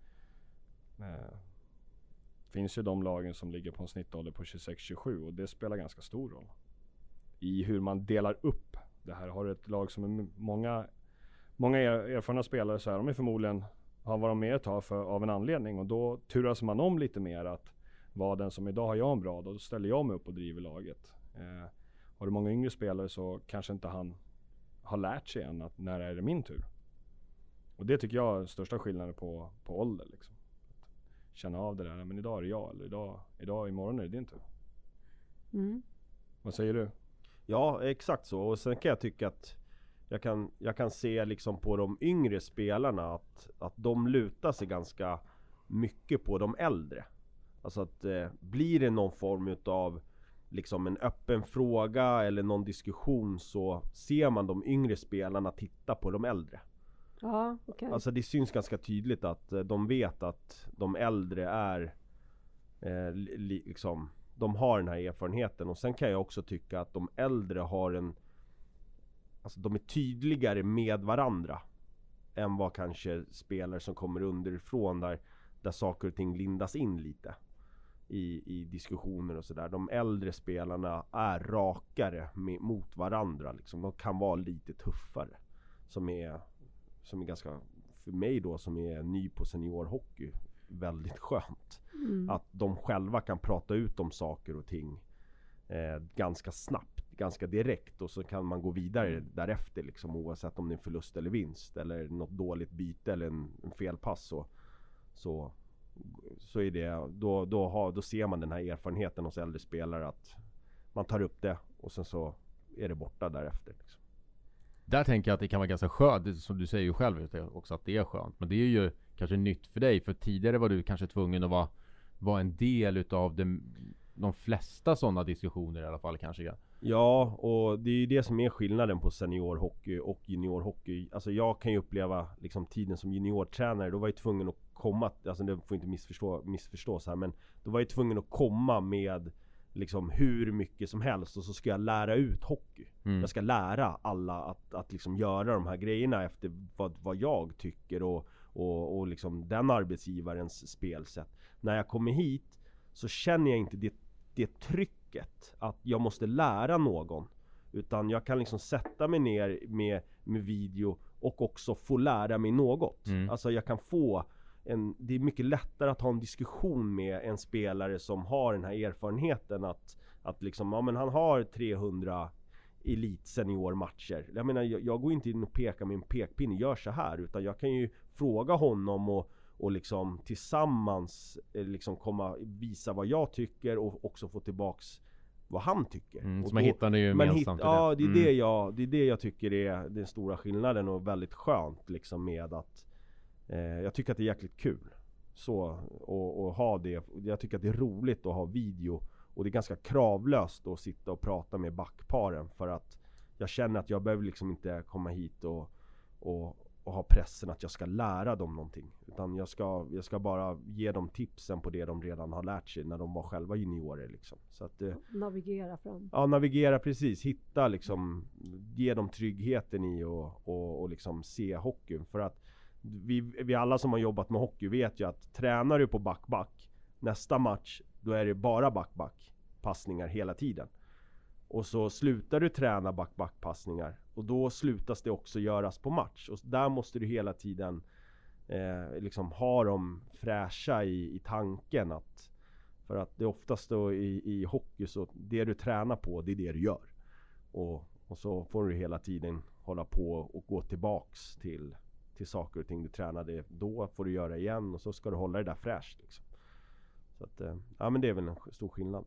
finns ju de lagen som ligger på en snittålder på 26-27, och det spelar ganska stor roll i hur man delar upp det här. Har du ett lag som är många erfarna spelare, så är de förmodligen har varit med ett tag av en anledning, och då turas man om lite mer att vara den som idag har jag en bra, då ställer jag mig upp och driver laget. Har du många yngre spelare så kanske inte han har lärt sig än att när är det min tur. Och det tycker jag är största skillnaden på ålder liksom. Att känna av det där, men idag är det jag, eller idag imorgon är det din tur. Mm. Vad säger du? Ja, exakt så. Och sen kan jag tycka att jag kan se liksom på de yngre spelarna att de lutar sig ganska mycket på de äldre. Alltså att blir det någon form av liksom en öppen fråga eller någon diskussion, så ser man de yngre spelarna titta på de äldre. Ja, okay. Alltså det syns ganska tydligt att de vet att de äldre är liksom, de har den här erfarenheten. Och sen kan jag också tycka att de äldre har alltså de är tydligare med varandra än vad kanske spelare som kommer underifrån där saker och ting lindas in lite. i diskussioner och sådär. De äldre spelarna är rakare mot varandra liksom. De kan vara lite tuffare. Som är ganska, för mig då som är ny på seniorhockey, väldigt skönt. Att de själva kan prata ut om saker och ting ganska snabbt, ganska direkt, och så kan man gå vidare därefter liksom, oavsett om det är förlust eller vinst eller något dåligt byte eller en felpass, så är det då ser man den här erfarenheten hos äldre spelare, att man tar upp det och sen så är det borta därefter liksom. Där tänker jag att det kan vara ganska skönt, som du säger ju själv också, att det är skönt. Men det är ju kanske nytt för dig, för tidigare var du kanske tvungen att vara en del utav de flesta sådana diskussioner i alla fall kanske. Ja, och det är ju det som är skillnaden på seniorhockey och juniorhockey. Alltså jag kan ju uppleva liksom tiden som juniortränare, då var jag tvungen att komma, alltså det får inte missförstås här, men då var jag tvungen att komma med liksom hur mycket som helst, och så ska jag lära ut hockey. Jag ska lära alla att liksom göra de här grejerna efter vad jag tycker och liksom den arbetsgivarens spelsätt. När jag kommer hit så känner jag inte det trycket att jag måste lära någon, utan jag kan liksom sätta mig ner med video och också få lära mig något. Alltså jag kan få det är mycket lättare att ha en diskussion med en spelare som har den här erfarenheten att liksom, ja men han har 300 elitseniormatcher. Jag menar, jag går inte in och pekar med en pekpinne, gör så här, utan jag kan ju fråga honom och liksom tillsammans liksom visa vad jag tycker och också få tillbaks vad han tycker. Så man hittar det ju gemensamt. Ja, det är det jag tycker är den stora skillnaden, och väldigt skönt liksom med att jag tycker att det är jäkligt kul så och ha det. Jag tycker att det är roligt att ha video, och det är ganska kravlöst att sitta och prata med backparen, för att jag känner att jag behöver liksom inte komma hit och ha pressen att jag ska lära dem någonting, utan jag ska bara ge dem tipsen på det de redan har lärt sig när de var själva juniorer liksom. Så att navigera fram. Ja, navigera precis, hitta liksom, ge dem tryggheten i och liksom se hockeyn, för att vi alla som har jobbat med hockey vet ju att tränar du på back nästa match, då är det bara back passningar hela tiden. Och så slutar du träna back passningar, och då slutas det också göras på match. Och där måste du hela tiden liksom ha dem fräscha i tanken, för att det oftast då i hockey, så det du tränar på, det är det du gör. Och så får du hela tiden hålla på och gå tillbaks till saker och ting du tränade då, får du göra igen, och så ska du hålla det där fräscht liksom. Så att, ja men det är väl en stor skillnad.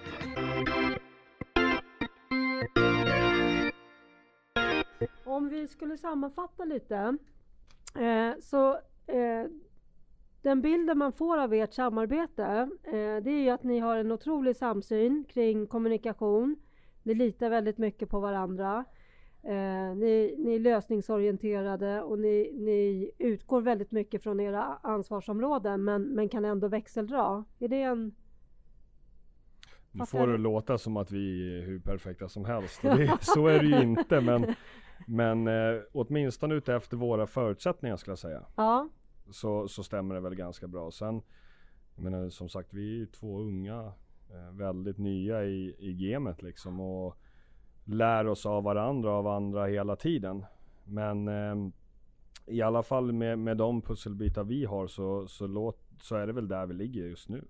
Om vi skulle sammanfatta lite, så den bilden man får av ert samarbete, det är ju att ni har en otrolig samsyn kring kommunikation. Ni litar väldigt mycket på varandra. Ni är lösningsorienterade, och ni utgår väldigt mycket från era ansvarsområden, men kan ändå växeldra. Är det en... Nu får det låta som att vi är hur perfekta som helst. Så är det ju inte, men åtminstone ute efter våra förutsättningar skulle jag säga. Ja. Så stämmer det väl ganska bra. Sen, jag menar, som sagt, vi är 2 unga, väldigt nya i gamet liksom, och lär oss av andra hela tiden. Men i alla fall med de pusselbitar vi har, så är det väl där vi ligger just nu.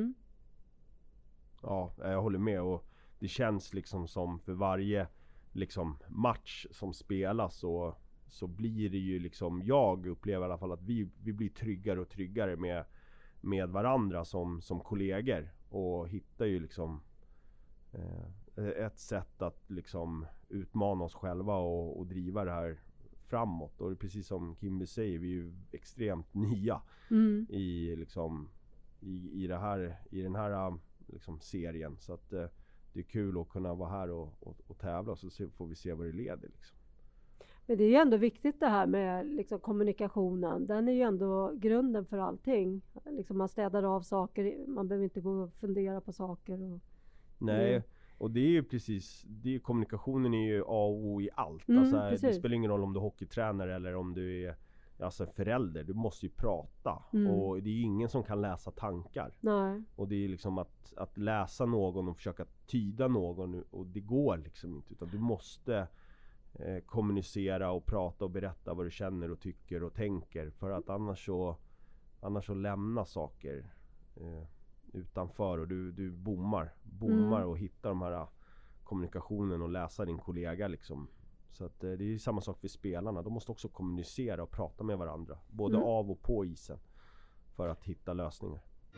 Ja, jag håller med, och det känns liksom som för varje liksom match som spelas så blir det ju liksom, jag upplever i alla fall att vi blir tryggare och tryggare med varandra som kollegor, och hittar ju liksom ett sätt att liksom utmana oss själva och driva det här framåt. Och det är precis som Kimby säger, vi är ju extremt nya i liksom i den här liksom serien, så att det är kul att kunna vara här och tävla, och så får vi se vad det leder liksom. Men det är ju ändå viktigt det här med liksom kommunikationen. Den är ju ändå grunden för allting. Liksom man städar av saker, man behöver inte gå och fundera på saker. Nej, och det är ju precis, kommunikationen är ju A och O i allt. Alltså, det spelar ingen roll om du är hockeytränare eller om du är alltså en förälder, du måste ju prata. Och det är ju ingen som kan läsa tankar. Nej. Och det är liksom att läsa någon och försöka tyda någon, och det går liksom inte, utan du måste kommunicera och prata och berätta vad du känner och tycker och tänker, för att annars så lämnar saker utanför, och du bommar och hittar de här kommunikationen och läsa din kollega liksom. Så att det är ju samma sak för spelarna. De måste också kommunicera och prata med varandra, både av och på isen, för att hitta lösningar.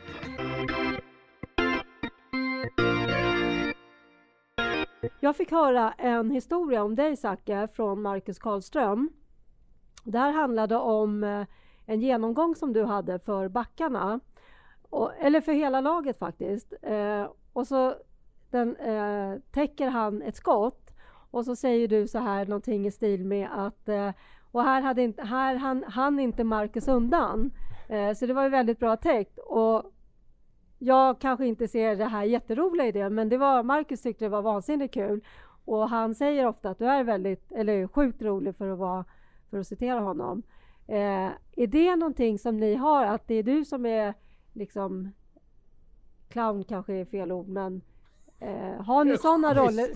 Jag fick höra en historia om dig, Zacke, från Marcus Karlström. Det här handlade om en genomgång som du hade för backarna. Eller för hela laget faktiskt. Och så täcker han ett skott. Och så säger du så här någonting i stil med att och här hann inte Marcus undan. Så det var ju väldigt bra täckt. Och jag kanske inte ser det här jätteroliga i det, men Marcus tyckte det var vansinnigt kul. Och han säger ofta att du är sjukt rolig för att citera honom. Är det någonting som ni har, att det är du som är liksom clown, kanske är fel ord, men har ni sådana roller?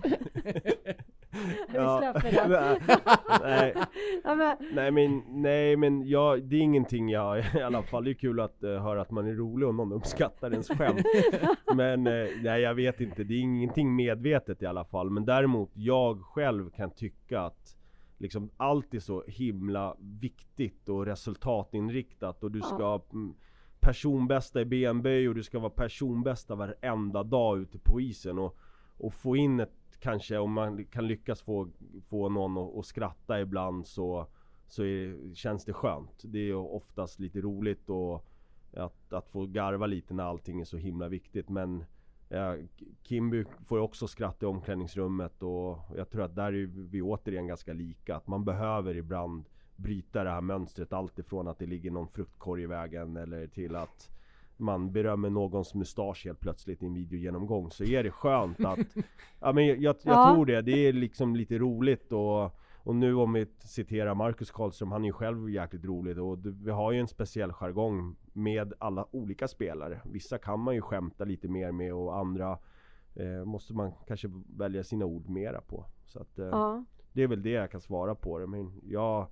Nej, men det är ingenting jag i alla fall. Det är kul att höra att man är rolig och någon uppskattar ens skämt. Men nej, jag vet inte. Det är ingenting medvetet i alla fall. Men däremot jag själv kan tycka att liksom allt är så himla viktigt och resultatinriktat, och du ska personbästa i benböj och du ska vara personbästa varenda dag ute på isen, och få in kanske om man kan lyckas få någon att skratta ibland, så känns det skönt. Det är oftast lite roligt, och att få garva lite när allting är så himla viktigt. Men Kimby får ju också skratta i omklädningsrummet, och jag tror att där är vi återigen ganska lika, att man behöver ibland bryta det här mönstret, allt ifrån att det ligger någon fruktkorg i vägen eller till att man berömmer någons mustasch helt plötsligt i en videogenomgång, så är det skönt att jag tror det är liksom lite roligt, och nu om vi citerar Marcus Karlström, han är ju själv jäkligt roligt, och vi har ju en speciell jargong med alla olika spelare. Vissa kan man ju skämta lite mer med, och andra måste man kanske välja sina ord mera på, så att det är väl det jag kan svara på det. Men jag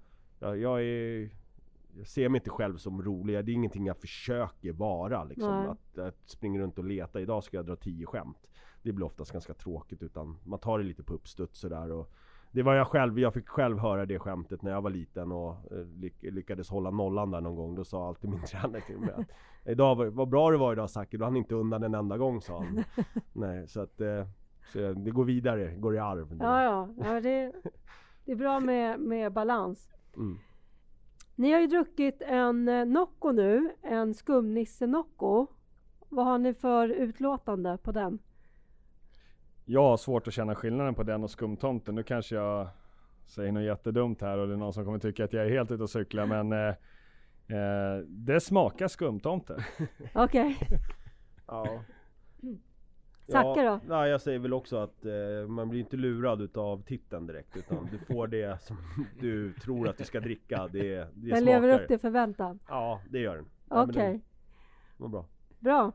ser mig inte själv som rolig. Det är ingenting jag försöker vara liksom, att springa runt och leta. Idag ska jag dra 10 skämt. Det blir oftast ganska tråkigt, utan man tar det lite på uppstuds sådär. Och det var jag fick själv höra det skämtet när jag var liten och lyckades hålla nollan där någon gång. Då sa alltid min tränare till mig att idag, vad bra det var idag, Zacke, du hann inte undan en enda gång, sa han. Nej, så att så det går vidare, går i arv. Ja, det är bra med balans. Ni har ju druckit en Nocco nu, en skumnisse Nocco. Vad har ni för utlåtande på den? Jag har svårt att känna skillnaden på den och skumtomten. Nu kanske jag säger något jättedumt här och det är någon som kommer tycka att jag är helt ute och cykla, men det smakar skumtomte. Okej. Ja. Zacke då? Nej, jag säger väl också att man blir inte lurad utav titeln direkt, utan du får det som du tror att du ska dricka. Det den smakar. Lever upp till förväntan? Ja, det gör den. Okej. Vad bra. Bra.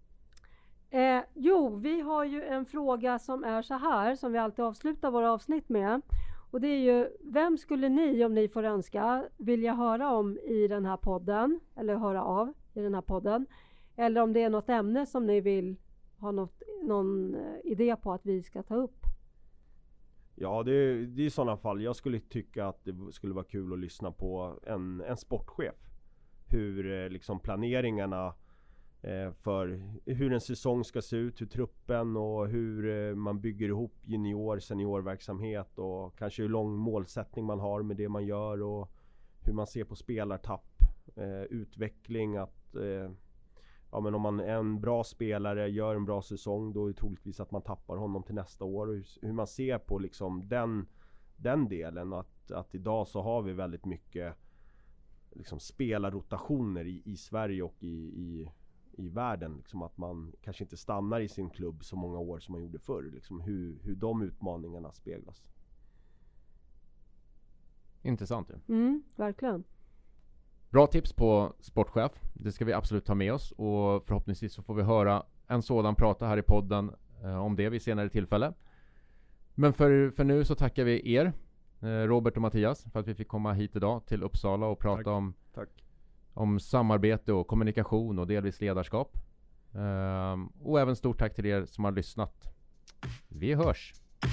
Vi har ju en fråga som är så här, som vi alltid avslutar våra avsnitt med. Och det är ju, vem skulle ni, om ni får önska, vilja höra om i den här podden? Eller höra av i den här podden? Eller om det är något ämne som ni vill ha någon idé på att vi ska ta upp? Ja, det är i sådana fall. Jag skulle tycka att det skulle vara kul att lyssna på en sportchef. Hur liksom planeringarna för hur en säsong ska se ut, hur truppen och hur man bygger ihop seniorverksamhet, och kanske hur lång målsättning man har med det man gör, och hur man ser på spelartapp, utveckling, att men om man är en bra spelare, gör en bra säsong, då är det troligtvis att man tappar honom till nästa år, och hur man ser på liksom den delen, att idag så har vi väldigt mycket liksom spelarrotationer i Sverige och i världen, liksom, att man kanske inte stannar i sin klubb så många år som man gjorde förr, liksom, hur de utmaningarna speglas. Intressant ju. Verkligen. Bra tips på sportchef. Det ska vi absolut ta med oss. Och förhoppningsvis så får vi höra en sådan prata här i podden om det vid senare tillfälle. Men för nu så tackar vi er, Robert och Mattias, för att vi fick komma hit idag till Uppsala och prata om samarbete och kommunikation och delvis ledarskap. Och även stort tack till er som har lyssnat. Vi hörs!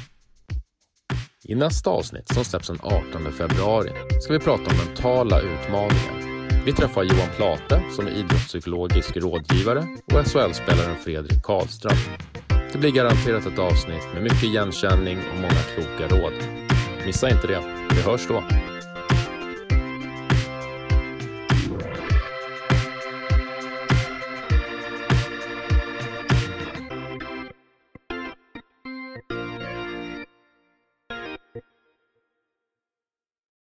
I nästa avsnitt som släpps den 18 februari ska vi prata om mentala utmaningar. Vi träffar Johan Plate som är idrottspsykologisk rådgivare och SHL-spelaren Fredrik Karlström. Det blir garanterat ett avsnitt med mycket igenkänning och många kloka råd. Missa inte det. Vi hörs då!